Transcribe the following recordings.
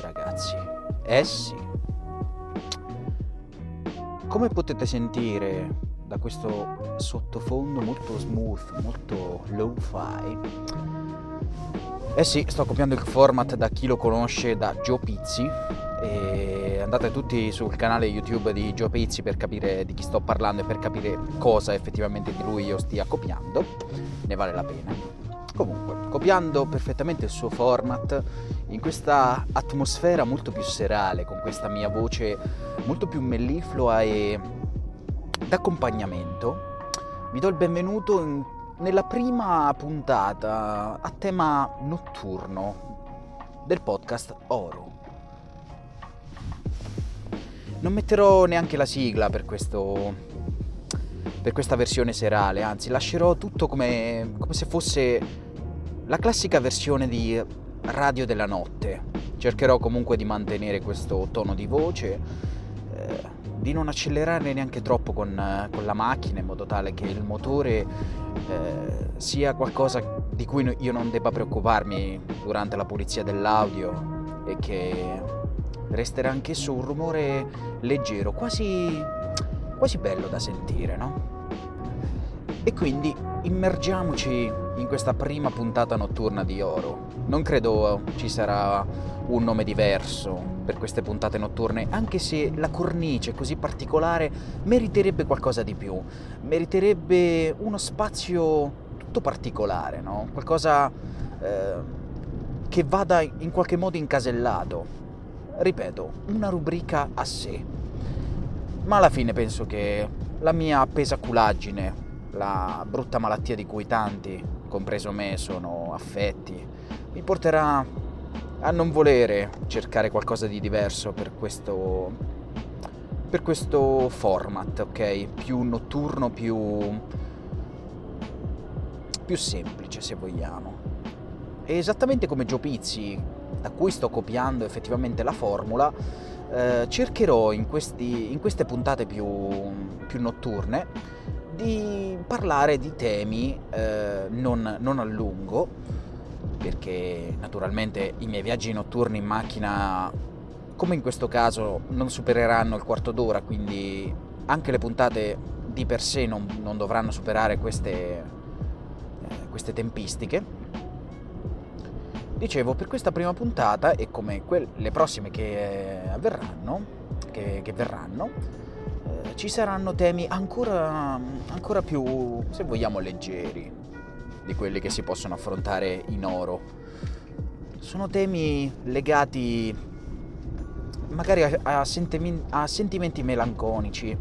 ragazzi, eh sì. Come potete sentire da questo sottofondo molto smooth, molto lo-fi, eh sì, sto copiando il format da chi lo conosce, da Joe Pizzi, e andate tutti sul canale YouTube di Joe Pizzi per capire di chi sto parlando e per capire cosa effettivamente di lui io stia copiando, ne vale la pena. Comunque, copiando perfettamente il suo format, in questa atmosfera molto più serale, con questa mia voce molto più melliflua e d'accompagnamento, vi do il benvenuto nella prima puntata a tema notturno del podcast Oro. Non metterò neanche la sigla per questa versione serale, anzi lascerò tutto come se fosse la classica versione di radio della notte. Cercherò comunque di mantenere questo tono di voce, di non accelerare neanche troppo con la macchina, in modo tale che il motore sia qualcosa di cui io non debba preoccuparmi durante la pulizia dell'audio, e che resterà anch'esso un rumore leggero, quasi bello da sentire, no? E quindi immergiamoci in questa prima puntata notturna di Oro. Non credo ci sarà un nome diverso per queste puntate notturne, anche se la cornice così particolare meriterebbe qualcosa di più, meriterebbe uno spazio tutto particolare, no? Qualcosa che vada in qualche modo incasellato. Ripeto, una rubrica a sé. Ma alla fine penso che la mia pesaculaggine, la brutta malattia di cui tanti, compreso me, sono affetti, mi porterà a non volere cercare qualcosa di diverso per questo format, ok? Più notturno, più semplice, se vogliamo. E esattamente come Joe Pizzi, da cui sto copiando effettivamente la formula, cercherò in queste puntate più notturne di parlare di temi non a lungo, perché naturalmente i miei viaggi notturni in macchina, come in questo caso, non supereranno il quarto d'ora, quindi anche le puntate di per sé non dovranno superare queste tempistiche. Dicevo, per questa prima puntata, e come le prossime che verranno, ci saranno temi ancora più, se vogliamo, leggeri di quelli che si possono affrontare in Oro. Sono temi legati magari a sentimenti melanconici,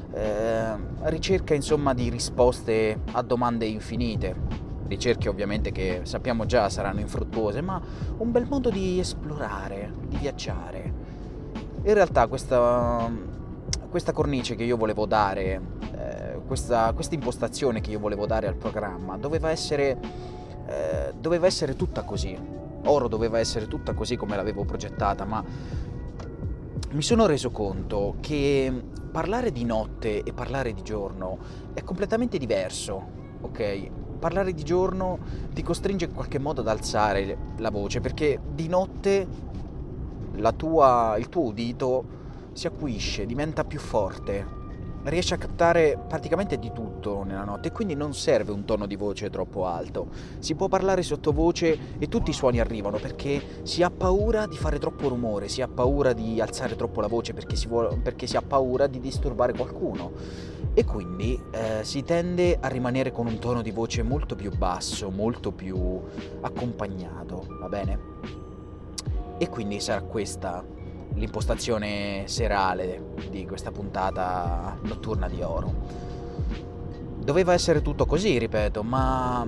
a ricerca insomma di risposte a domande infinite. Ricerche ovviamente che sappiamo già saranno infruttuose, ma un bel modo di esplorare, di viaggiare. In realtà questa cornice che io volevo dare, questa impostazione che io volevo dare al programma doveva essere tutta così. Oro doveva essere tutta così come l'avevo progettata, ma mi sono reso conto che parlare di notte e parlare di giorno è completamente diverso, ok? Parlare di giorno ti costringe in qualche modo ad alzare la voce, perché di notte il tuo udito si acuisce, diventa più forte, riesci a captare praticamente di tutto nella notte, e quindi non serve un tono di voce troppo alto. Si può parlare sottovoce e tutti i suoni arrivano, perché si ha paura di fare troppo rumore, si ha paura di alzare troppo la voce, perché si ha paura di disturbare qualcuno. E quindi si tende a rimanere con un tono di voce molto più basso, molto più accompagnato, va bene? E quindi sarà questa l'impostazione serale di questa puntata notturna di Oro. Doveva essere tutto così, ripeto, ma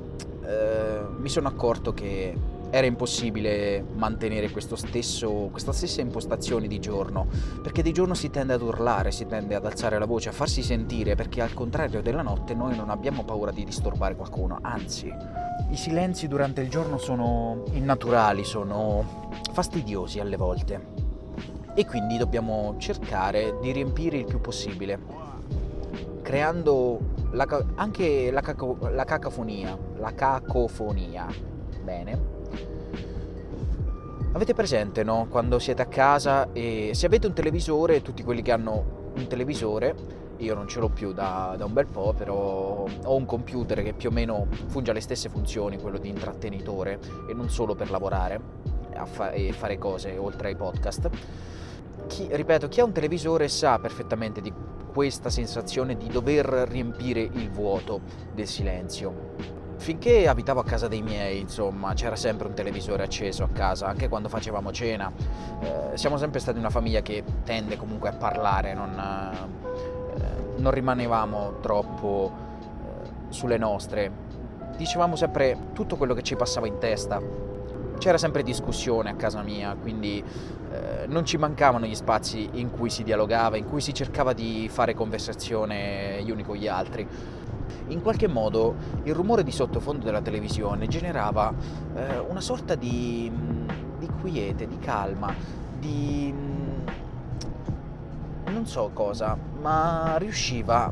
mi sono accorto che era impossibile mantenere questa stessa impostazione di giorno, perché di giorno si tende ad urlare, si tende ad alzare la voce, a farsi sentire, perché al contrario della notte noi non abbiamo paura di disturbare qualcuno, anzi, i silenzi durante il giorno sono innaturali, sono fastidiosi alle volte, e quindi dobbiamo cercare di riempire il più possibile, creando anche la cacofonia, bene? Avete presente, no? Quando siete a casa e se avete un televisore, tutti quelli che hanno un televisore, io non ce l'ho più da un bel po', però ho un computer che più o meno funge le stesse funzioni, quello di intrattenitore, e non solo per lavorare e fare cose oltre ai podcast. Chi ha un televisore sa perfettamente di questa sensazione di dover riempire il vuoto del silenzio. Finché abitavo a casa dei miei, insomma, c'era sempre un televisore acceso a casa, anche quando facevamo cena. Siamo sempre stati una famiglia che tende comunque a parlare, non rimanevamo troppo sulle nostre. Dicevamo sempre tutto quello che ci passava in testa. C'era sempre discussione a casa mia, quindi non ci mancavano gli spazi in cui si dialogava, in cui si cercava di fare conversazione gli uni con gli altri. In qualche modo il rumore di sottofondo della televisione generava una sorta di quiete, di calma, di non so cosa, ma riusciva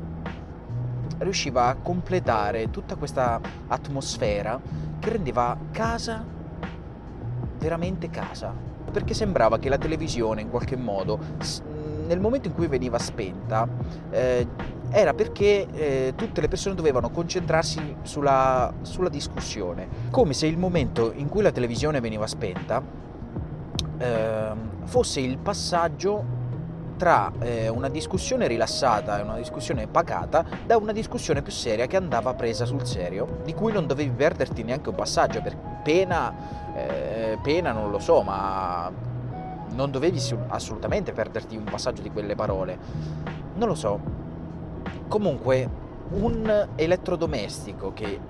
a completare tutta questa atmosfera che rendeva casa veramente casa, perché sembrava che la televisione in qualche modo nel momento in cui veniva spenta era perché tutte le persone dovevano concentrarsi sulla discussione, come se il momento in cui la televisione veniva spenta fosse il passaggio tra una discussione rilassata e una discussione pacata da una discussione più seria che andava presa sul serio, di cui non dovevi perderti neanche un passaggio, per pena non lo so, ma non dovevi assolutamente perderti un passaggio di quelle parole, non lo so. Comunque un elettrodomestico che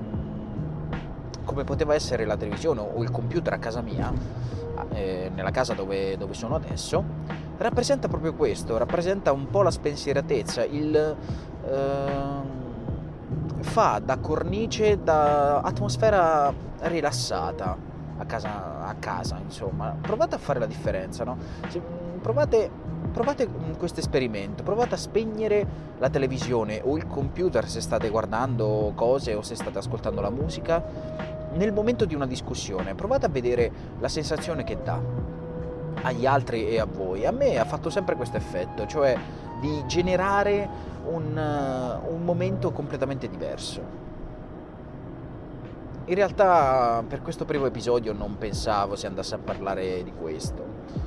come poteva essere la televisione o il computer a casa mia, nella casa dove sono adesso, rappresenta proprio questo, rappresenta un po' la spensieratezza, fa da cornice, da atmosfera rilassata a casa, insomma. Provate a fare la differenza, no? Provate questo esperimento, provate a spegnere la televisione o il computer se state guardando cose o se state ascoltando la musica nel momento di una discussione, provate a vedere la sensazione che dà agli altri e a voi. A me ha fatto sempre questo effetto, cioè di generare un momento completamente diverso. In realtà per questo primo episodio non pensavo si andasse a parlare di questo.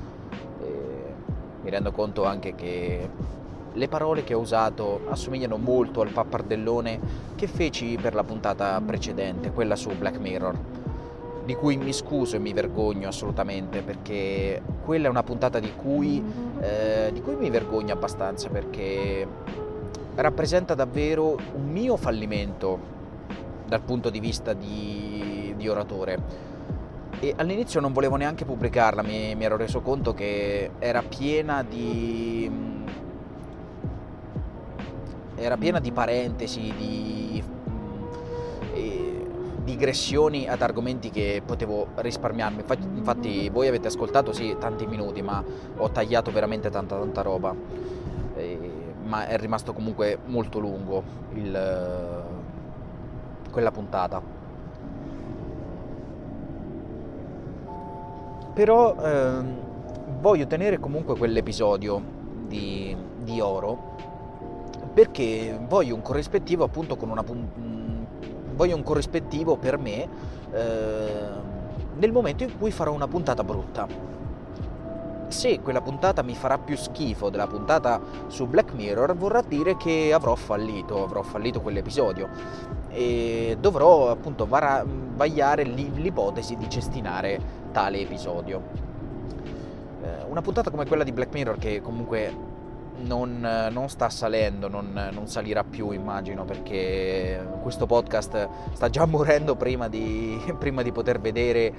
Mi rendo conto anche che le parole che ho usato assomigliano molto al pappardellone che feci per la puntata precedente, quella su Black Mirror, di cui mi scuso e mi vergogno assolutamente, perché quella è una puntata di cui mi vergogno abbastanza, perché rappresenta davvero un mio fallimento dal punto di vista di oratore. E all'inizio non volevo neanche pubblicarla, mi ero reso conto che era piena di parentesi, di digressioni ad argomenti che potevo risparmiarmi. Infatti voi avete ascoltato sì tanti minuti, ma ho tagliato veramente tanta roba, ma è rimasto comunque molto lungo quella puntata. Però voglio tenere comunque quell'episodio di oro, perché voglio un corrispettivo appunto voglio un corrispettivo per me nel momento in cui farò una puntata brutta. Se quella puntata mi farà più schifo della puntata su Black Mirror, vorrà dire che avrò fallito quell'episodio e dovrò appunto vagliare l'ipotesi di cestinare tale episodio. Una puntata come quella di Black Mirror, che comunque non sta salendo, non salirà più, immagino, perché questo podcast sta già morendo prima di poter vedere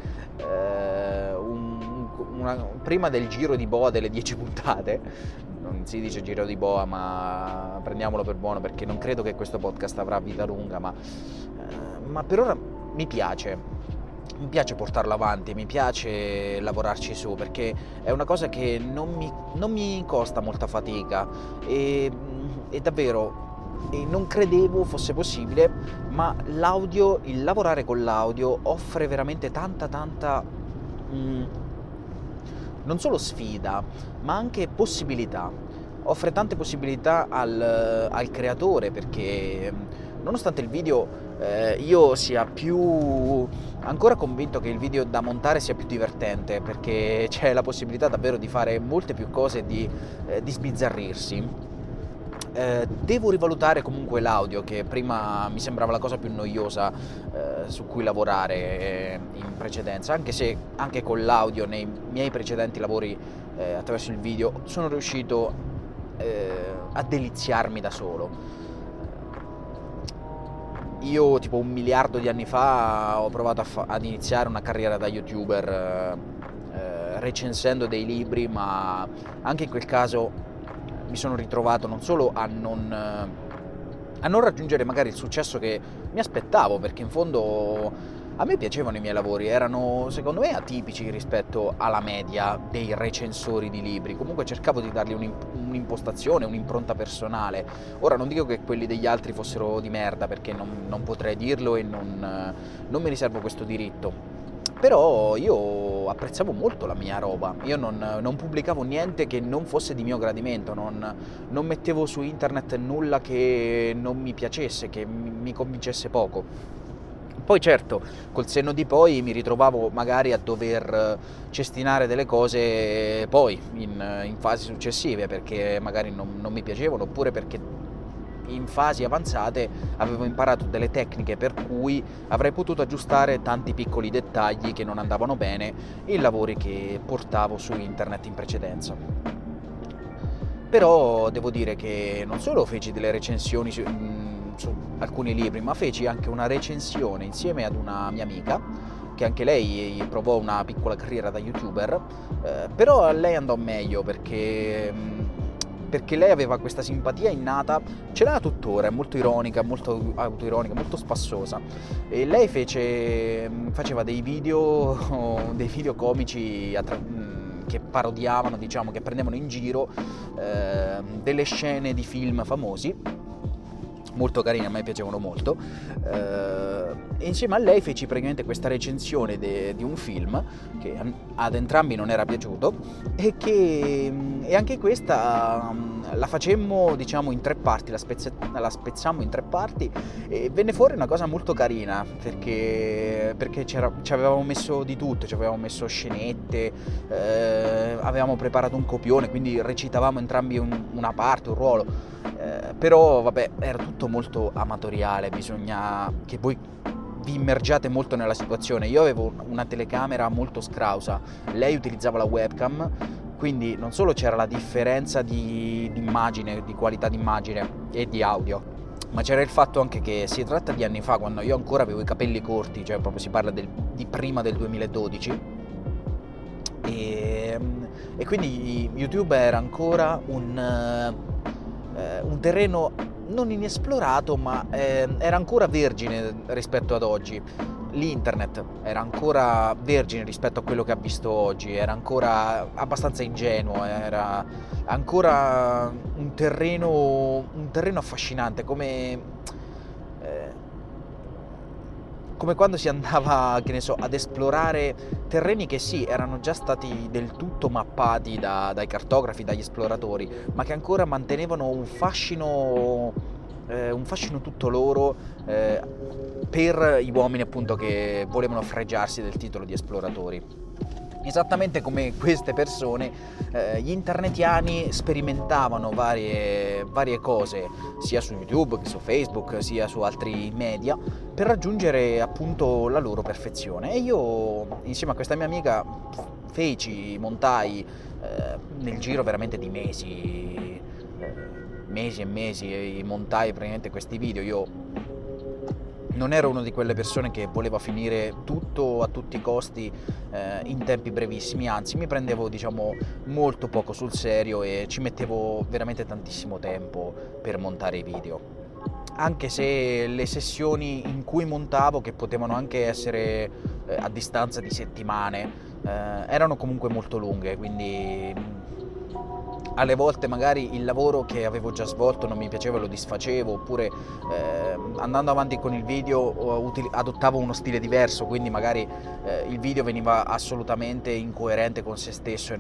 prima del giro di boa delle 10 puntate. Non si dice giro di boa, ma prendiamolo per buono, perché non credo che questo podcast avrà vita lunga, ma per ora mi piace portarlo avanti, mi piace lavorarci su, perché è una cosa che non mi costa molta fatica e davvero non credevo fosse possibile, ma il lavorare con l'audio offre veramente tanta non solo sfida, ma anche possibilità. Offre tante possibilità al creatore, perché nonostante il video io sia più ancora convinto che il video da montare sia più divertente, perché c'è la possibilità davvero di fare molte più cose e di sbizzarrirsi. Devo rivalutare comunque l'audio, che prima mi sembrava la cosa più noiosa su cui lavorare in precedenza, anche se anche con l'audio nei miei precedenti lavori attraverso il video sono riuscito a deliziarmi da solo. Io tipo 1 miliardo di anni fa ho provato ad iniziare una carriera da youtuber recensendo dei libri, ma anche in quel caso mi sono ritrovato non solo a non raggiungere magari il successo che mi aspettavo, perché in fondo a me piacevano i miei lavori, erano secondo me atipici rispetto alla media dei recensori di libri. Comunque cercavo di dargli un'impostazione, un'impronta personale. Ora non dico che quelli degli altri fossero di merda, perché non potrei dirlo e non mi riservo questo diritto. Però io apprezzavo molto la mia roba, io non pubblicavo niente che non fosse di mio gradimento, non mettevo su internet nulla che non mi piacesse, che mi convincesse poco. Poi certo, col senno di poi mi ritrovavo magari a dover cestinare delle cose poi in fasi successive, perché magari non mi piacevano, oppure perché in fasi avanzate avevo imparato delle tecniche per cui avrei potuto aggiustare tanti piccoli dettagli che non andavano bene in lavori che portavo su internet in precedenza. Però devo dire che non solo feci delle recensioni su alcuni libri, ma feci anche una recensione insieme ad una mia amica, che anche lei provò una piccola carriera da youtuber, però a lei andò meglio perché lei aveva questa simpatia innata, ce l'ha tuttora, è molto ironica, molto autoironica, molto spassosa, e lei faceva dei video comici che parodiavano, diciamo, che prendevano in giro delle scene di film famosi, molto carine, a me piacevano molto. E insieme a lei feci praticamente questa recensione di un film che ad entrambi non era piaciuto, e anche questa la facemmo, diciamo, in 3 parti, la spezzammo in 3 parti, e venne fuori una cosa molto carina, perché ci avevamo messo di tutto, ci avevamo messo scenette, avevamo preparato un copione, quindi recitavamo entrambi una parte, un ruolo, però vabbè, era tutto molto amatoriale, bisogna che voi vi immergiate molto nella situazione. Io avevo una telecamera molto scrausa, lei utilizzava la webcam, quindi non solo c'era la differenza di immagine, di qualità di immagine e di audio, ma c'era il fatto anche che si tratta di anni fa, quando io ancora avevo i capelli corti, cioè proprio si parla di prima del 2012, e quindi YouTube era ancora un terreno non inesplorato, ma era ancora vergine rispetto ad oggi. L'internet era ancora vergine rispetto a quello che ha visto oggi, era ancora abbastanza ingenuo, era ancora un terreno affascinante, come quando si andava, che ne so, ad esplorare terreni che sì, erano già stati del tutto mappati dai cartografi, dagli esploratori, ma che ancora mantenevano un fascino tutto loro, per gli uomini appunto che volevano fregiarsi del titolo di esploratori. Esattamente come queste persone, gli internetiani sperimentavano varie cose, sia su YouTube che su Facebook, sia su altri media, per raggiungere appunto la loro perfezione. E io, insieme a questa mia amica, montai nel giro veramente di mesi e mesi, e montai praticamente questi video. Io non ero una di quelle persone che voleva finire tutto a tutti i costi in tempi brevissimi, anzi mi prendevo, diciamo, molto poco sul serio e ci mettevo veramente tantissimo tempo per montare i video, anche se le sessioni in cui montavo, che potevano anche essere a distanza di settimane, erano comunque molto lunghe, quindi alle volte magari il lavoro che avevo già svolto non mi piaceva e lo disfacevo, oppure andando avanti con il video adottavo uno stile diverso, quindi magari il video veniva assolutamente incoerente con se stesso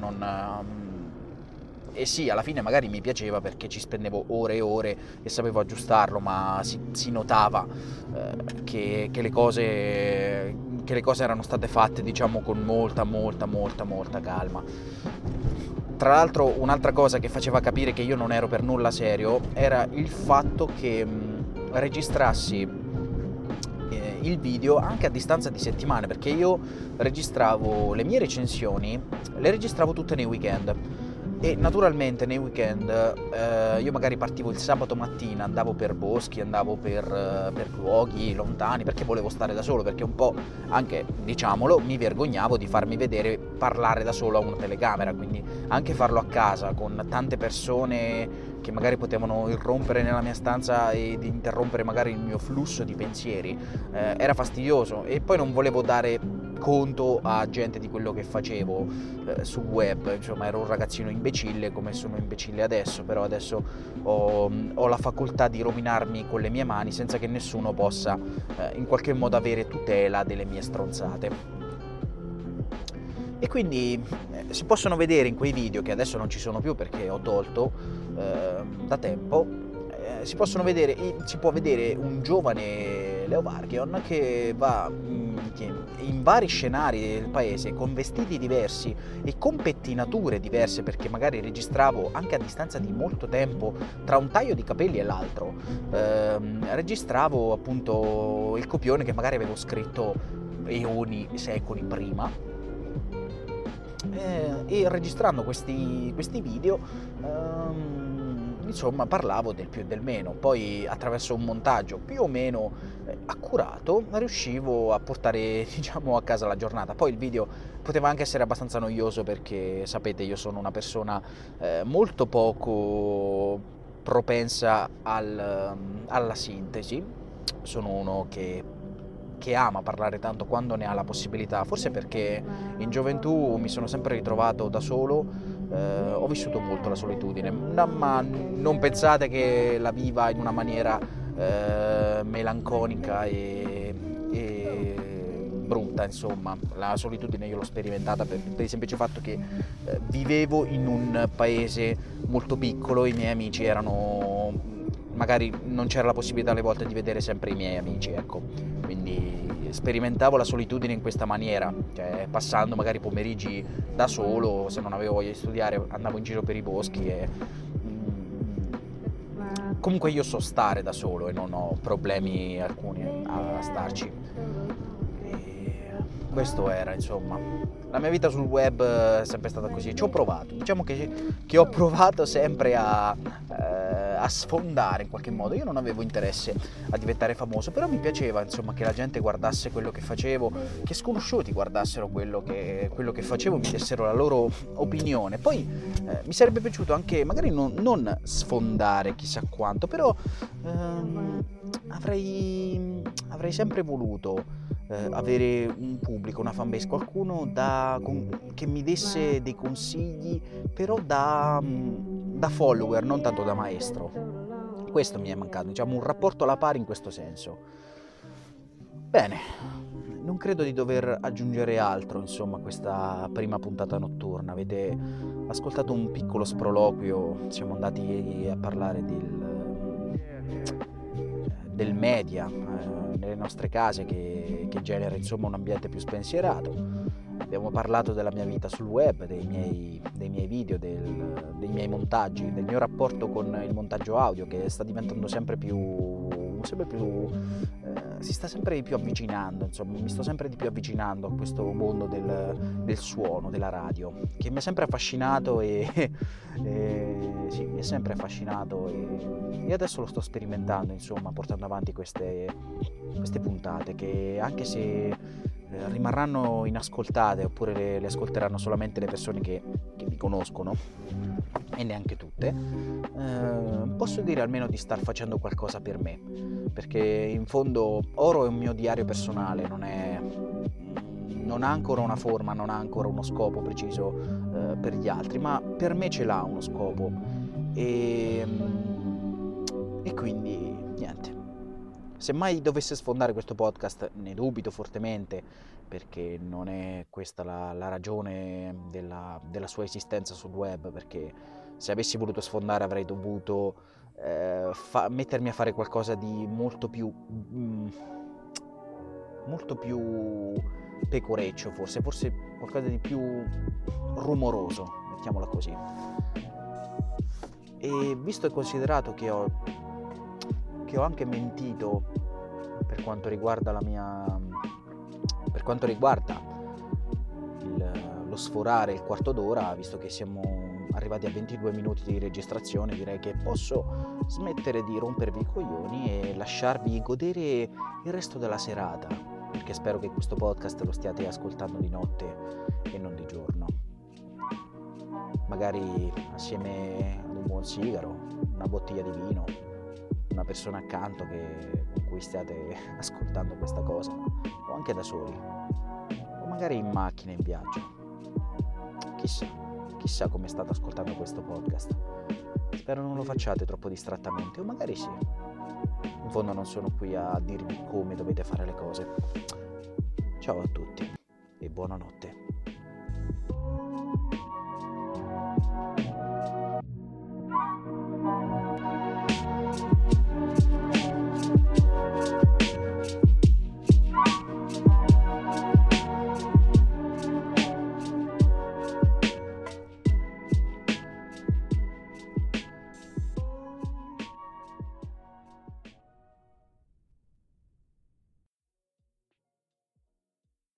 e sì, alla fine magari mi piaceva perché ci spendevo ore e ore e sapevo aggiustarlo, ma si notava che le cose erano state fatte, diciamo, con molta calma. Tra l'altro, un'altra cosa che faceva capire che io non ero per nulla serio era il fatto che registrassi il video anche a distanza di settimane, perché io registravo le mie recensioni, le registravo tutte nei weekend. E naturalmente nei weekend io magari partivo il sabato mattina, andavo per boschi, andavo per luoghi lontani, perché volevo stare da solo, perché un po', anche diciamolo, mi vergognavo di farmi vedere parlare da solo a una telecamera, quindi anche farlo a casa con tante persone che magari potevano irrompere nella mia stanza ed interrompere magari il mio flusso di pensieri era fastidioso, e poi non volevo dare conto a gente di quello che facevo sul web. Insomma, ero un ragazzino imbecille, come sono imbecille adesso, però adesso ho la facoltà di rovinarmi con le mie mani senza che nessuno possa in qualche modo avere tutela delle mie stronzate. E quindi si possono vedere in quei video, che adesso non ci sono più perché ho tolto da tempo, si può vedere un giovane Leo Varghion che va in vari scenari del paese con vestiti diversi e con pettinature diverse, perché magari registravo anche a distanza di molto tempo tra un taglio di capelli e l'altro, registravo appunto il copione che magari avevo scritto eoni, secoli prima, e registrando questi video insomma parlavo del più e del meno. Poi attraverso un montaggio più o meno accurato riuscivo a portare, diciamo, a casa la giornata. Poi il video poteva anche essere abbastanza noioso, perché sapete, io sono una persona molto poco propensa alla sintesi, sono uno che ama parlare tanto quando ne ha la possibilità, forse perché in gioventù mi sono sempre ritrovato da solo, ho vissuto molto la solitudine, ma non pensate che la viva in una maniera melanconica e brutta. Insomma, la solitudine io l'ho sperimentata per il semplice fatto che vivevo in un paese molto piccolo, i miei amici erano... magari non c'era la possibilità alle volte di vedere sempre i miei amici, ecco, quindi sperimentavo la solitudine in questa maniera, cioè passando magari pomeriggi da solo, se non avevo voglia di studiare andavo in giro per i boschi e comunque io so stare da solo e non ho problemi alcuni a starci. E questo era, insomma, la mia vita sul web è sempre stata così. Ci ho provato, diciamo che ho provato sempre a sfondare in qualche modo. Io non avevo interesse a diventare famoso, però mi piaceva, insomma, che la gente guardasse quello che facevo, che sconosciuti guardassero quello che facevo, mi dessero la loro opinione. Poi mi sarebbe piaciuto anche magari non sfondare chissà quanto, però avrei sempre voluto avere un pubblico, una fanbase, qualcuno che mi desse dei consigli, però da follower, non tanto da maestro. Questo mi è mancato, diciamo, un rapporto alla pari in questo senso. Bene, non credo di dover aggiungere altro, insomma, a questa prima puntata notturna. Avete ascoltato un piccolo sproloquio, siamo andati a parlare del media nelle nostre case che genera, insomma, un ambiente più spensierato. Abbiamo parlato della mia vita sul web, dei miei video, dei miei montaggi, del mio rapporto con il montaggio audio, che sta diventando sempre più si sta sempre di più avvicinando, insomma, mi sto sempre di più avvicinando a questo mondo del suono, della radio, che mi ha sempre affascinato sì, mi è sempre affascinato e adesso lo sto sperimentando, insomma, portando avanti queste puntate che, anche se rimarranno inascoltate, oppure le ascolteranno solamente le persone che mi conoscono, e neanche tutte, posso dire almeno di star facendo qualcosa per me, perché in fondo Oro è un mio diario personale, non non ha ancora una forma, non ha ancora uno scopo preciso per gli altri, ma per me ce l'ha uno scopo e quindi niente. Se mai dovesse sfondare questo podcast, ne dubito fortemente, perché non è questa la ragione della sua esistenza sul web, perché se avessi voluto sfondare avrei dovuto mettermi a fare qualcosa di molto più pecoreccio, forse qualcosa di più rumoroso, mettiamola così. E visto e considerato che ho anche mentito per quanto riguarda lo sforare il quarto d'ora, visto che siamo arrivati a 22 minuti di registrazione, direi che posso smettere di rompervi i coglioni e lasciarvi godere il resto della serata, perché spero che questo podcast lo stiate ascoltando di notte e non di giorno, magari assieme ad un buon sigaro, una bottiglia di vino, una persona accanto con cui stiate ascoltando questa cosa, o anche da soli, o magari in macchina, in viaggio. Chissà come state ascoltando questo podcast. Spero non lo facciate troppo distrattamente, o magari sì. In fondo non sono qui a dirvi come dovete fare le cose. Ciao a tutti e buonanotte.